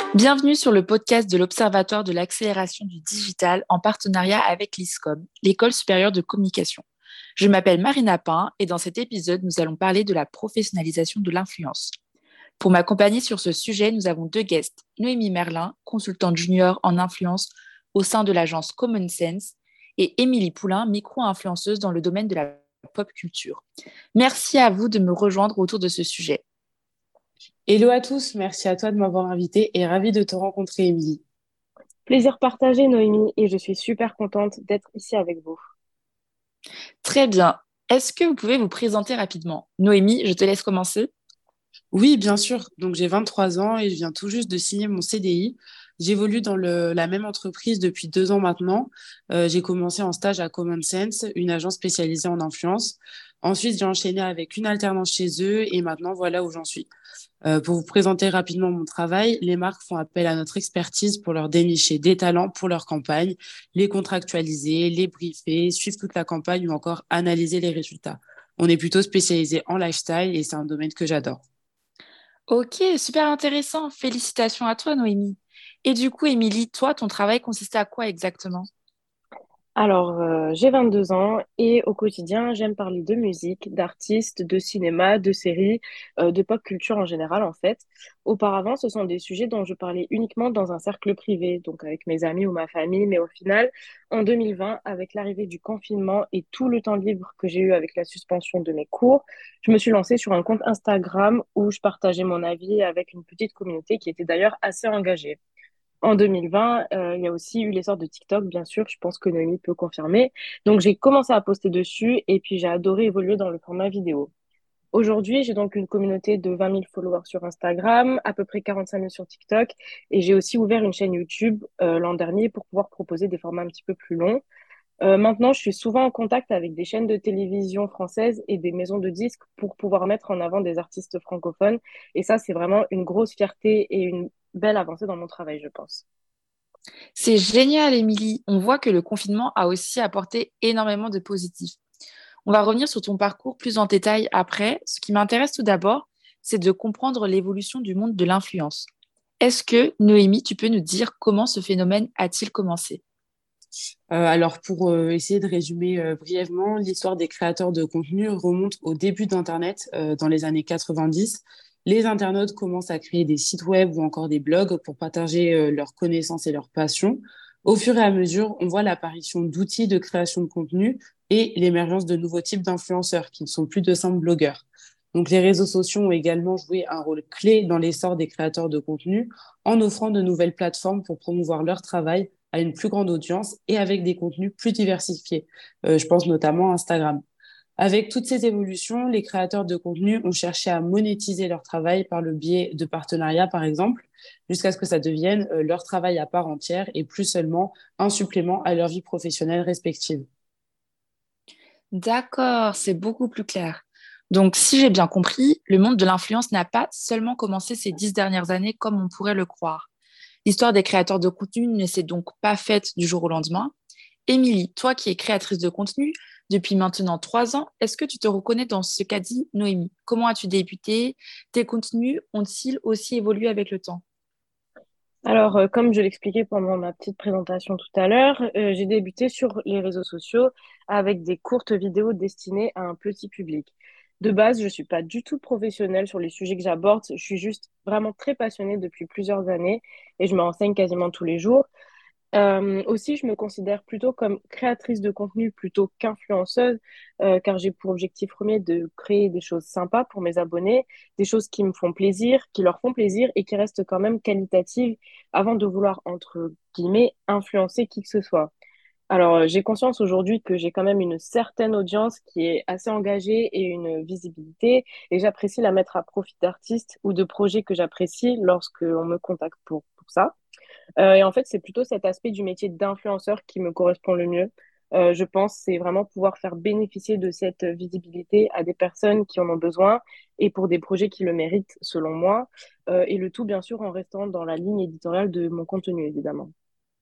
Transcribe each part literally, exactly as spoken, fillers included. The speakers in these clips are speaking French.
Bienvenue sur le podcast de l'Observatoire de l'accélération du digital en partenariat avec l'I S C O M, l'École supérieure de communication. Je m'appelle Marina Pain et dans cet épisode, nous allons parler de la professionnalisation de l'influence. Pour m'accompagner sur ce sujet, nous avons deux guests. Noémie Merlin, consultante junior en influence au sein de l'agence Common Sense, et Émilie Poulain, micro-influenceuse dans le domaine de la pop culture. Merci à vous de me rejoindre autour de ce sujet. Hello à tous, merci à toi de m'avoir invité et ravie de te rencontrer, Émilie. Plaisir partagé, Noémie, et je suis super contente d'être ici avec vous. Très bien. Est-ce que vous pouvez vous présenter rapidement? Noémie, je te laisse commencer. Oui, bien sûr. Donc, j'ai vingt-trois ans et je viens tout juste de signer mon C D I. J'évolue dans le, la même entreprise depuis deux ans maintenant. Euh, j'ai commencé en stage à Common Sense, une agence spécialisée en influence. Ensuite, j'ai enchaîné avec une alternance chez eux et maintenant, voilà où j'en suis. Euh, pour vous présenter rapidement mon travail, les marques font appel à notre expertise pour leur dénicher des talents pour leur campagne, les contractualiser, les briefer, suivre toute la campagne ou encore analyser les résultats. On est plutôt spécialisé en lifestyle et c'est un domaine que j'adore. Ok, super intéressant. Félicitations à toi, Noémie. Et du coup, Émilie, toi, ton travail consistait à quoi exactement? Alors, euh, j'ai vingt-deux ans et au quotidien, j'aime parler de musique, d'artistes, de cinéma, de séries, euh, de pop culture en général, en fait. Auparavant, ce sont des sujets dont je parlais uniquement dans un cercle privé, donc avec mes amis ou ma famille, mais au final, en deux mille vingt, avec l'arrivée du confinement et tout le temps libre que j'ai eu avec la suspension de mes cours, je me suis lancée sur un compte Instagram où je partageais mon avis avec une petite communauté qui était d'ailleurs assez engagée. En deux mille vingt, euh, il y a aussi eu l'essor de TikTok, bien sûr, je pense que Noémie peut confirmer. Donc, j'ai commencé à poster dessus et puis j'ai adoré évoluer dans le format vidéo. Aujourd'hui, j'ai donc une communauté de vingt mille followers sur Instagram, à peu près quarante-cinq mille sur TikTok et j'ai aussi ouvert une chaîne YouTube euh, l'an dernier pour pouvoir proposer des formats un petit peu plus longs. Euh, maintenant, je suis souvent en contact avec des chaînes de télévision françaises et des maisons de disques pour pouvoir mettre en avant des artistes francophones. Et ça, c'est vraiment une grosse fierté et une belle avancée dans mon travail, je pense. C'est génial, Émilie. On voit que le confinement a aussi apporté énormément de positifs. On va revenir sur ton parcours plus en détail après. Ce qui m'intéresse tout d'abord, c'est de comprendre l'évolution du monde de l'influence. Est-ce que, Noémie, tu peux nous dire comment ce phénomène a-t-il commencé? Euh, alors, pour euh, essayer de résumer euh, brièvement, l'histoire des créateurs de contenu remonte au début d'Internet, euh, dans les années quatre-vingt-dix. Les internautes commencent à créer des sites web ou encore des blogs pour partager euh, leurs connaissances et leurs passions. Au fur et à mesure, on voit l'apparition d'outils de création de contenu et l'émergence de nouveaux types d'influenceurs qui ne sont plus de simples blogueurs. Donc, les réseaux sociaux ont également joué un rôle clé dans l'essor des créateurs de contenu en offrant de nouvelles plateformes pour promouvoir leur travail à une plus grande audience et avec des contenus plus diversifiés. Euh, je pense notamment à Instagram. Avec toutes ces évolutions, les créateurs de contenu ont cherché à monétiser leur travail par le biais de partenariats, par exemple, jusqu'à ce que ça devienne euh, leur travail à part entière et plus seulement un supplément à leur vie professionnelle respective. D'accord, c'est beaucoup plus clair. Donc, si j'ai bien compris, le monde de l'influence n'a pas seulement commencé ces dix dernières années comme on pourrait le croire. L'histoire des créateurs de contenu ne s'est donc pas faite du jour au lendemain. Émilie, toi qui es créatrice de contenu depuis maintenant trois ans, est-ce que tu te reconnais dans ce qu'a dit Noémie? Comment as-tu débuté? Tes contenus ont-ils aussi évolué avec le temps? Alors, euh, comme je l'expliquais pendant ma petite présentation tout à l'heure, euh, j'ai débuté sur les réseaux sociaux avec des courtes vidéos destinées à un petit public. De base, je suis pas du tout professionnelle sur les sujets que j'aborde. Je suis juste vraiment très passionnée depuis plusieurs années et je me renseigne quasiment tous les jours. Euh, aussi, je me considère plutôt comme créatrice de contenu plutôt qu'influenceuse, euh, car j'ai pour objectif premier de créer des choses sympas pour mes abonnés, des choses qui me font plaisir, qui leur font plaisir et qui restent quand même qualitatives avant de vouloir, entre guillemets, influencer qui que ce soit. Alors, euh, j'ai conscience aujourd'hui que j'ai quand même une certaine audience qui est assez engagée et une visibilité, et j'apprécie la mettre à profit d'artistes ou de projets que j'apprécie lorsque on me contacte pour, pour ça. Euh, et en fait, c'est plutôt cet aspect du métier d'influenceur qui me correspond le mieux. Euh, je pense c'est vraiment pouvoir faire bénéficier de cette visibilité à des personnes qui en ont besoin et pour des projets qui le méritent, selon moi. Euh, et le tout, bien sûr, en restant dans la ligne éditoriale de mon contenu, évidemment.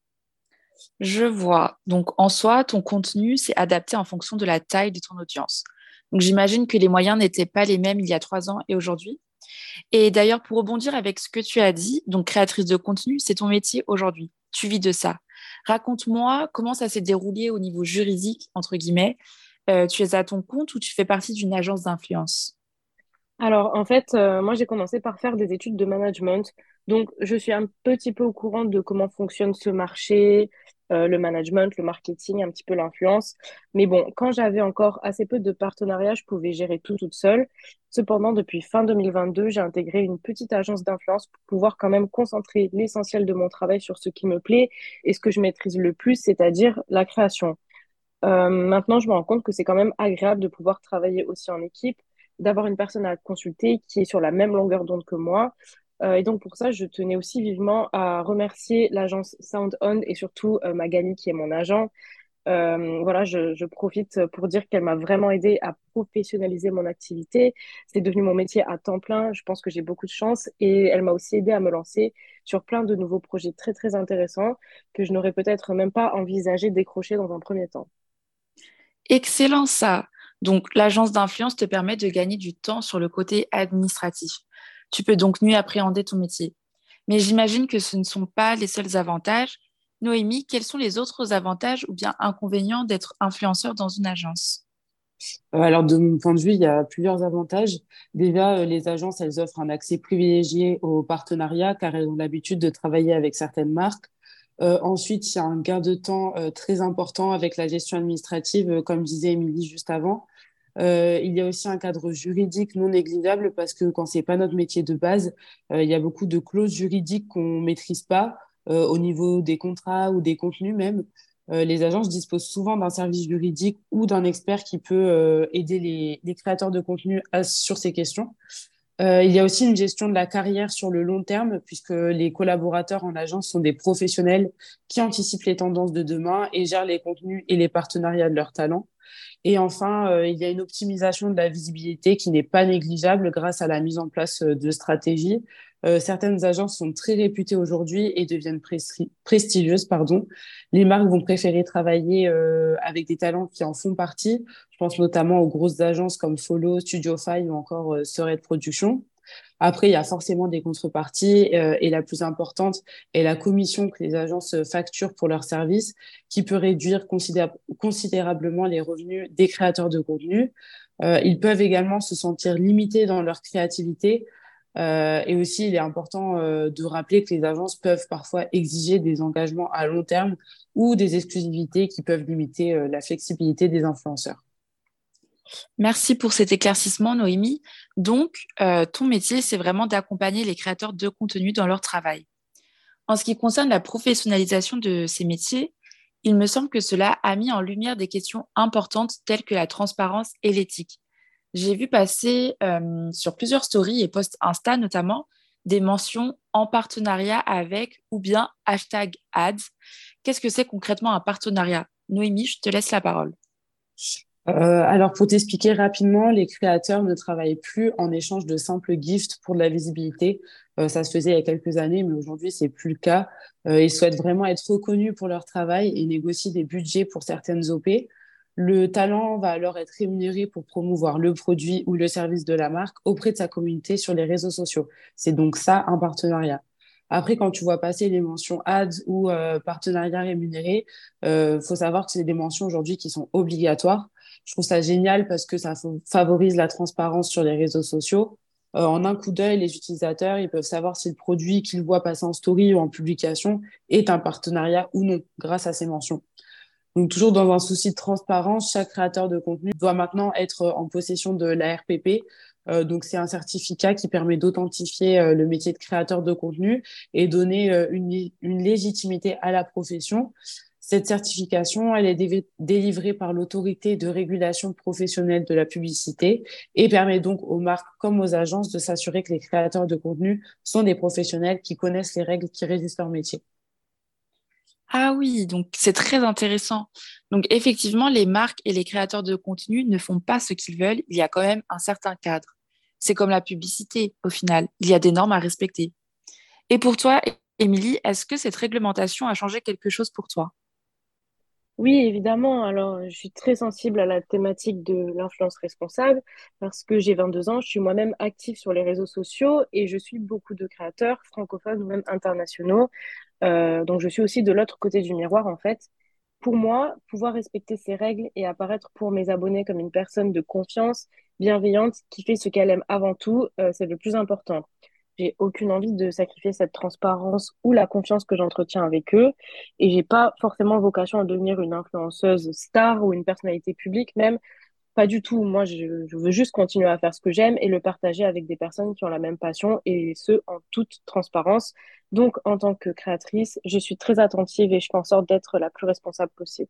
Je vois. Donc, en soi, ton contenu s'est adapté en fonction de la taille de ton audience. Donc, j'imagine que les moyens n'étaient pas les mêmes il y a trois ans et aujourd'hui. Et d'ailleurs, pour rebondir avec ce que tu as dit, donc créatrice de contenu, c'est ton métier aujourd'hui. Tu vis de ça. Raconte-moi comment ça s'est déroulé au niveau juridique, entre guillemets. Euh, tu es à ton compte ou tu fais partie d'une agence d'influence? Alors, en fait, euh, moi, j'ai commencé par faire des études de management. Donc, je suis un petit peu au courant de comment fonctionne ce marché, euh, le management, le marketing, un petit peu l'influence. Mais bon, quand j'avais encore assez peu de partenariats, je pouvais gérer tout toute seule. Cependant, depuis fin deux mille vingt-deux, j'ai intégré une petite agence d'influence pour pouvoir quand même concentrer l'essentiel de mon travail sur ce qui me plaît et ce que je maîtrise le plus, c'est-à-dire la création. Euh, maintenant, je me rends compte que c'est quand même agréable de pouvoir travailler aussi en équipe, d'avoir une personne à consulter qui est sur la même longueur d'onde que moi. Euh, et donc, pour ça, je tenais aussi vivement à remercier l'agence Sound On et surtout euh, Magali, qui est mon agent. Euh, voilà, je, je profite pour dire qu'elle m'a vraiment aidé à professionnaliser mon activité. C'est devenu mon métier à temps plein. Je pense que j'ai beaucoup de chance et elle m'a aussi aidé à me lancer sur plein de nouveaux projets très, très intéressants que je n'aurais peut-être même pas envisagé décrocher dans un premier temps. Excellent ça. Donc, l'agence d'influence te permet de gagner du temps sur le côté administratif. Tu peux donc mieux appréhender ton métier. Mais j'imagine que ce ne sont pas les seuls avantages. Noémie, quels sont les autres avantages ou bien inconvénients d'être influenceur dans une agence? Euh, Alors, de mon point de vue, il y a plusieurs avantages. Déjà, euh, les agences, elles offrent un accès privilégié aux partenariats car elles ont l'habitude de travailler avec certaines marques. Euh, ensuite, il y a un gain de temps euh, très important avec la gestion administrative, euh, comme disait Émilie juste avant. Euh, il y a aussi un cadre juridique non négligeable parce que quand c'est pas notre métier de base, euh, il y a beaucoup de clauses juridiques qu'on maîtrise pas euh, au niveau des contrats ou des contenus même. Euh, les agences disposent souvent d'un service juridique ou d'un expert qui peut euh, aider les, les créateurs de contenu à- sur ces questions. Euh, il y a aussi une gestion de la carrière sur le long terme, puisque les collaborateurs en agence sont des professionnels qui anticipent les tendances de demain et gèrent les contenus et les partenariats de leurs talents. Et enfin, euh, il y a une optimisation de la visibilité qui n'est pas négligeable grâce à la mise en place euh, de stratégies. Euh, certaines agences sont très réputées aujourd'hui et deviennent presti- prestigieuses, pardon. Les marques vont préférer travailler euh, avec des talents qui en font partie. Je pense notamment aux grosses agences comme Follow, Studio Five ou encore euh, Sorette Production. Après, il y a forcément des contreparties euh, et la plus importante est la commission que les agences facturent pour leurs services qui peut réduire considéra- considérablement les revenus des créateurs de contenu. Euh, ils peuvent également se sentir limités dans leur créativité. Euh, et aussi, il est important euh, de rappeler que les agences peuvent parfois exiger des engagements à long terme ou des exclusivités qui peuvent limiter euh, la flexibilité des influenceurs. Merci pour cet éclaircissement, Noémie. Donc, euh, ton métier, c'est vraiment d'accompagner les créateurs de contenu dans leur travail. En ce qui concerne la professionnalisation de ces métiers, il me semble que cela a mis en lumière des questions importantes telles que la transparence et l'éthique. J'ai vu passer euh, sur plusieurs stories et posts Insta notamment des mentions en partenariat avec ou bien hashtag ads. Qu'est-ce que c'est concrètement un partenariat? Noémie, je te laisse la parole. Euh, alors, pour t'expliquer rapidement, les créateurs ne travaillent plus en échange de simples gifts pour de la visibilité. Euh, ça se faisait il y a quelques années, mais aujourd'hui, c'est plus le cas. Euh, ils souhaitent vraiment être reconnus pour leur travail et négocient des budgets pour certaines O P. Le talent va alors être rémunéré pour promouvoir le produit ou le service de la marque auprès de sa communauté sur les réseaux sociaux. C'est donc ça un partenariat. Après, quand tu vois passer les mentions ads ou euh, partenariat rémunéré, il euh, faut savoir que c'est des mentions aujourd'hui qui sont obligatoires. Je trouve ça génial parce que ça favorise la transparence sur les réseaux sociaux. Euh, en un coup d'œil, les utilisateurs, ils peuvent savoir si le produit qu'ils voient passer en story ou en publication est un partenariat ou non, grâce à ces mentions. Donc, toujours dans un souci de transparence, chaque créateur de contenu doit maintenant être en possession de l'A R P P. Euh, donc, c'est un certificat qui permet d'authentifier euh, le métier de créateur de contenu et donner euh, une, une légitimité à la profession. Cette certification, elle est dé- délivrée par l'autorité de régulation professionnelle de la publicité et permet donc aux marques comme aux agences de s'assurer que les créateurs de contenu sont des professionnels qui connaissent les règles qui régissent leur métier. Ah oui, donc c'est très intéressant. Donc effectivement, les marques et les créateurs de contenu ne font pas ce qu'ils veulent, il y a quand même un certain cadre. C'est comme la publicité, au final, il y a des normes à respecter. Et pour toi, Émilie, est-ce que cette réglementation a changé quelque chose pour toi? Oui, évidemment. Alors, je suis très sensible à la thématique de l'influence responsable parce que j'ai vingt-deux ans, je suis moi-même active sur les réseaux sociaux et je suis beaucoup de créateurs francophones ou même internationaux. Euh, donc, je suis aussi de l'autre côté du miroir, en fait. Pour moi, pouvoir respecter ces règles et apparaître pour mes abonnés comme une personne de confiance, bienveillante, qui fait ce qu'elle aime avant tout, euh, c'est le plus important. J'ai aucune envie de sacrifier cette transparence ou la confiance que j'entretiens avec eux. Et j'ai pas forcément vocation à devenir une influenceuse star ou une personnalité publique même. Pas du tout. Moi, je, je veux juste continuer à faire ce que j'aime et le partager avec des personnes qui ont la même passion et ce, en toute transparence. Donc, en tant que créatrice, je suis très attentive et je fais en sorte d'être la plus responsable possible.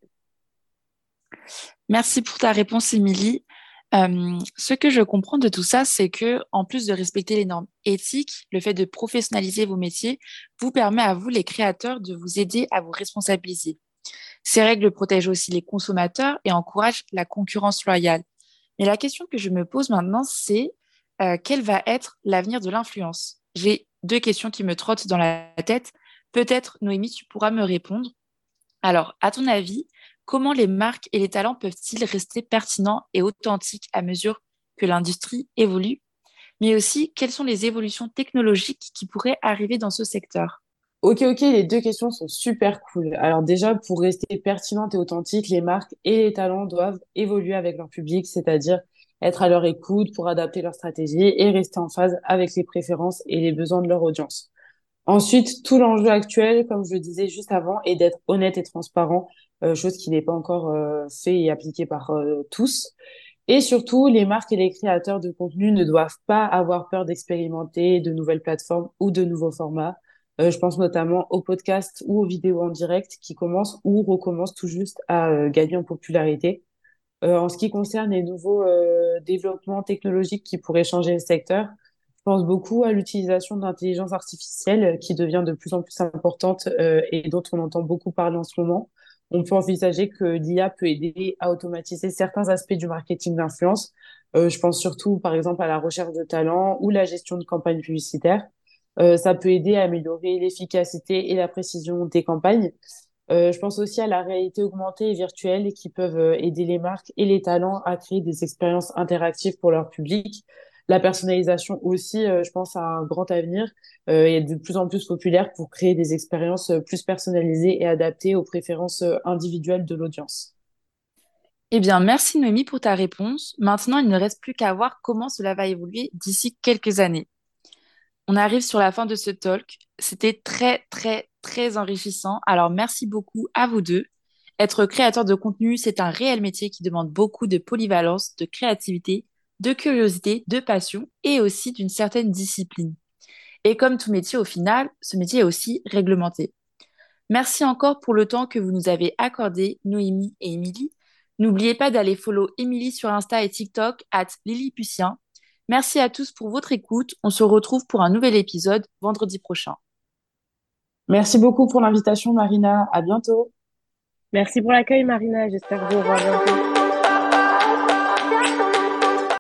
Merci pour ta réponse, Émilie. Euh, ce que je comprends de tout ça, c'est que, en plus de respecter les normes éthiques, le fait de professionnaliser vos métiers vous permet à vous, les créateurs, de vous aider à vous responsabiliser. Ces règles protègent aussi les consommateurs et encouragent la concurrence loyale. Mais la question que je me pose maintenant, c'est euh, quel va être l'avenir de l'influence? J'ai deux questions qui me trottent dans la tête. Peut-être, Noémie, tu pourras me répondre. Alors, à ton avis, comment les marques et les talents peuvent-ils rester pertinents et authentiques à mesure que l'industrie évolue? Mais aussi, quelles sont les évolutions technologiques qui pourraient arriver dans ce secteur? Ok, ok, les deux questions sont super cool. Alors déjà, pour rester pertinente et authentique, les marques et les talents doivent évoluer avec leur public, c'est-à-dire être à leur écoute pour adapter leur stratégie et rester en phase avec les préférences et les besoins de leur audience. Ensuite, tout l'enjeu actuel, comme je le disais juste avant, est d'être honnête et transparent, euh, chose qui n'est pas encore euh, fait et appliquée par euh, tous. Et surtout, les marques et les créateurs de contenu ne doivent pas avoir peur d'expérimenter de nouvelles plateformes ou de nouveaux formats. Euh, je pense notamment aux podcasts ou aux vidéos en direct qui commencent ou recommencent tout juste à euh, gagner en popularité. Euh, en ce qui concerne les nouveaux euh, développements technologiques qui pourraient changer le secteur, je pense beaucoup à l'utilisation de l'intelligence artificielle euh, qui devient de plus en plus importante euh, et dont on entend beaucoup parler en ce moment. On peut envisager que l'I A peut aider à automatiser certains aspects du marketing d'influence. Euh, je pense surtout, par exemple, à la recherche de talents ou la gestion de campagnes publicitaires. Euh, ça peut aider à améliorer l'efficacité et la précision des campagnes. Euh, je pense aussi à la réalité augmentée et virtuelle qui peuvent euh, aider les marques et les talents à créer des expériences interactives pour leur public. La personnalisation aussi, euh, je pense, a un grand avenir euh, et est de plus en plus populaire pour créer des expériences euh, plus personnalisées et adaptées aux préférences euh, individuelles de l'audience. Eh bien, merci Noémie pour ta réponse. Maintenant, il ne reste plus qu'à voir comment cela va évoluer d'ici quelques années. On arrive sur la fin de ce talk. C'était très, très, très enrichissant. Alors, merci beaucoup à vous deux. Être créateur de contenu, c'est un réel métier qui demande beaucoup de polyvalence, de créativité, de curiosité, de passion et aussi d'une certaine discipline. Et comme tout métier, au final, ce métier est aussi réglementé. Merci encore pour le temps que vous nous avez accordé, Noémie et Émilie. N'oubliez pas d'aller follow Émilie sur Insta et TikTok, at Lilliputien. Merci à tous pour votre écoute. On se retrouve pour un nouvel épisode vendredi prochain. Merci beaucoup pour l'invitation, Marina. À bientôt. Merci pour l'accueil, Marina. J'espère vous revoir bientôt.